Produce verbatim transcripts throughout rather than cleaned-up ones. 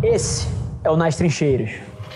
Esse é o Nas Trincheiras.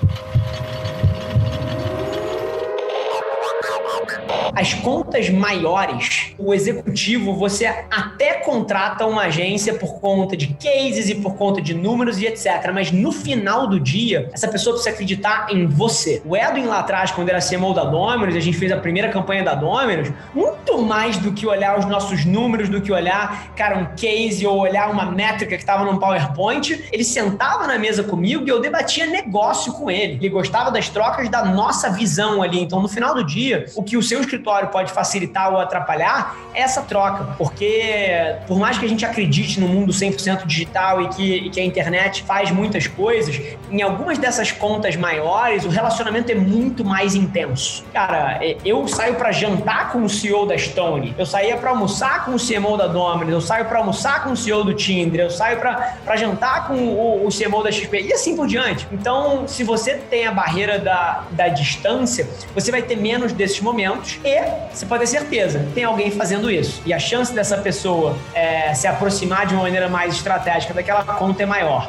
As contas maiores, o executivo, você até contrata uma agência por conta de cases e por conta de números e etcétera. Mas no final do dia, essa pessoa precisa acreditar em você. O Edwin lá atrás, quando era C M O da Dominus, a gente fez a primeira campanha da Dominus, muito mais do que olhar os nossos números, do que olhar, cara, um case ou olhar uma métrica que estava num PowerPoint, ele sentava na mesa comigo e eu debatia negócio com ele. Ele gostava das trocas da nossa visão ali. Então, no final do dia, o que o seu escritório pode facilitar ou atrapalhar é essa troca, porque por mais que a gente acredite no mundo cem por cento digital e que, e que a internet faz muitas coisas, em algumas dessas contas maiores, o relacionamento é muito mais intenso. Cara, eu saio para jantar com o C E O da Stone, eu saía para almoçar com o C M O da Dominus, eu saio para almoçar com o C E O do Tinder, eu saio para jantar com o, o C M O da X P e assim por diante. Então, se você tem a barreira da, da distância, você vai ter menos desses momentos e você pode ter certeza, tem alguém fazendo isso. E a chance dessa pessoa é, se aproximar de uma maneira mais estratégica daquela conta é maior.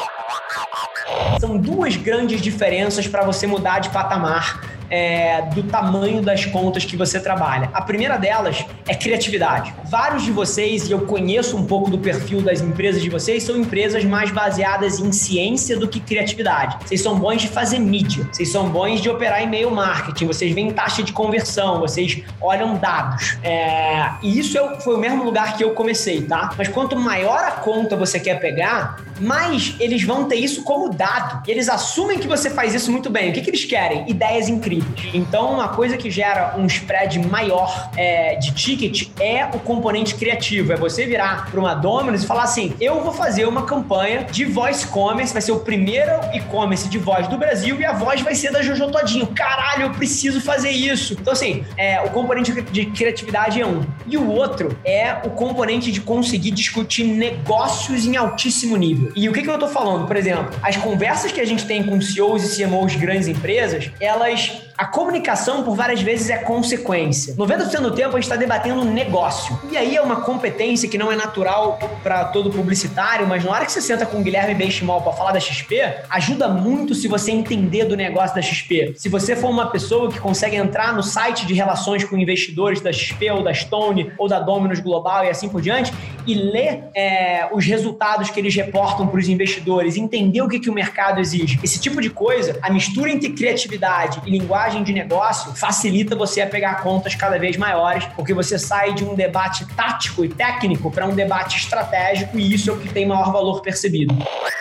São duas grandes diferenças para você mudar de patamar É, do tamanho das contas que você trabalha. A primeira delas é criatividade. Vários de vocês, e eu conheço um pouco do perfil das empresas de vocês, são empresas mais baseadas em ciência do que criatividade. Vocês são bons de fazer mídia, vocês são bons de operar e-mail marketing, vocês veem taxa de conversão, vocês olham dados. É, e isso é, foi o mesmo lugar que eu comecei, tá? Mas quanto maior a conta você quer pegar, mais eles vão ter isso como dado. E eles assumem que você faz isso muito bem. O que, que eles querem? Ideias incríveis. Então, uma coisa que gera um spread maior é, de ticket é o componente criativo. É você virar para uma Dominus e falar assim, eu vou fazer uma campanha de voice commerce, vai ser o primeiro e-commerce de voz do Brasil e a voz vai ser da Jojo Todinho. Caralho, eu preciso fazer isso. Então, assim, é, o componente de criatividade é um. E o outro é o componente de conseguir discutir negócios em altíssimo nível. E o que, que eu tô falando? Por exemplo, as conversas que a gente tem com C E Os e C M Os de grandes empresas, elas... A comunicação, por várias vezes, é consequência. noventa por cento do tempo, a gente está debatendo um negócio. E aí é uma competência que não é natural para todo publicitário, mas na hora que você senta com o Guilherme Benchimol para falar da X P, ajuda muito se você entender do negócio da X P. Se você for uma pessoa que consegue entrar no site de relações com investidores da X P ou da Stone ou da Dominus Global e assim por diante, e ler é, os resultados que eles reportam para os investidores, entender o que, que o mercado exige. Esse tipo de coisa, a mistura entre criatividade e linguagem de negócio facilita você a pegar contas cada vez maiores, porque você sai de um debate tático e técnico para um debate estratégico e isso é o que tem maior valor percebido.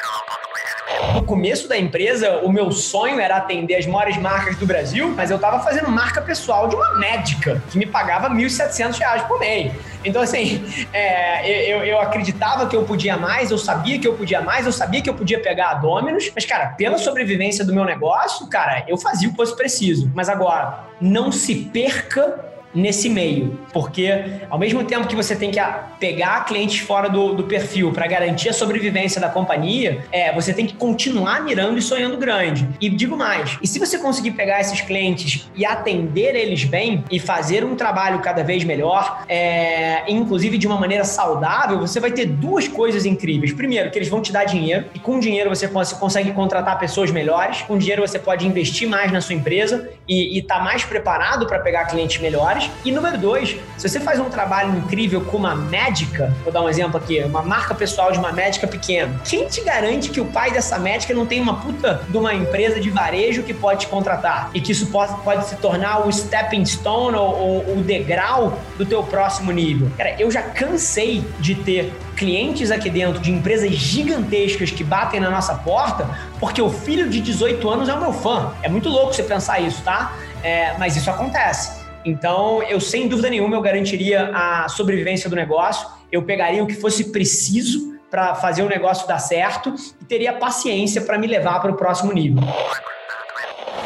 No começo da empresa, o meu sonho era atender as maiores marcas do Brasil, mas eu estava fazendo marca pessoal de uma médica que me pagava mil e setecentos reais por mês. Então, assim, é, eu, eu acreditava que eu podia mais, eu sabia que eu podia mais, eu sabia que eu podia pegar a Dominus, mas, cara, pela sobrevivência do meu negócio, cara, eu fazia o que fosse preciso. Mas agora, não se perca nesse meio, porque ao mesmo tempo que você tem que pegar clientes fora do, do perfil para garantir a sobrevivência da companhia, é, você tem que continuar mirando e sonhando grande. E digo mais, e se você conseguir pegar esses clientes e atender eles bem e fazer um trabalho cada vez melhor, é, inclusive de uma maneira saudável, você vai ter duas coisas incríveis. Primeiro, que eles vão te dar dinheiro, e com dinheiro você consegue contratar pessoas melhores, com dinheiro você pode investir mais na sua empresa e estar tá mais preparado para pegar clientes melhores. E número dois, se você faz um trabalho incrível com uma médica, vou dar um exemplo aqui, uma marca pessoal de uma médica pequena, quem te garante que o pai dessa médica não tem uma puta de uma empresa de varejo que pode te contratar e que isso pode, pode se tornar o stepping stone ou, ou o degrau do teu próximo nível? Cara, eu já cansei de ter clientes aqui dentro de empresas gigantescas que batem na nossa porta porque o filho de dezoito anos é o meu fã. É muito louco você pensar isso, tá? É, mas isso acontece. Então, eu sem dúvida nenhuma, eu garantiria a sobrevivência do negócio, eu pegaria o que fosse preciso para fazer o negócio dar certo e teria paciência para me levar para o próximo nível.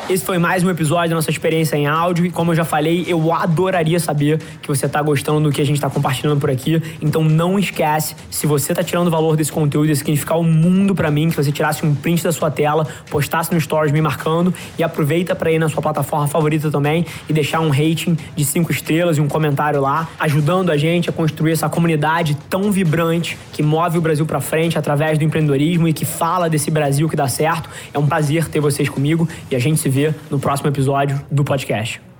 Esse foi mais um episódio da nossa experiência em áudio e, como eu já falei, eu adoraria saber que você tá gostando do que a gente tá compartilhando por aqui. Então não esquece, se você tá tirando valor desse conteúdo, isso significar o mundo pra mim, que você tirasse um print da sua tela, postasse no Stories me marcando e aproveita pra ir na sua plataforma favorita também e deixar um rating de cinco estrelas e um comentário lá, ajudando a gente a construir essa comunidade tão vibrante que move o Brasil pra frente através do empreendedorismo e que fala desse Brasil que dá certo. É um prazer ter vocês comigo e a gente se vê no próximo episódio do podcast.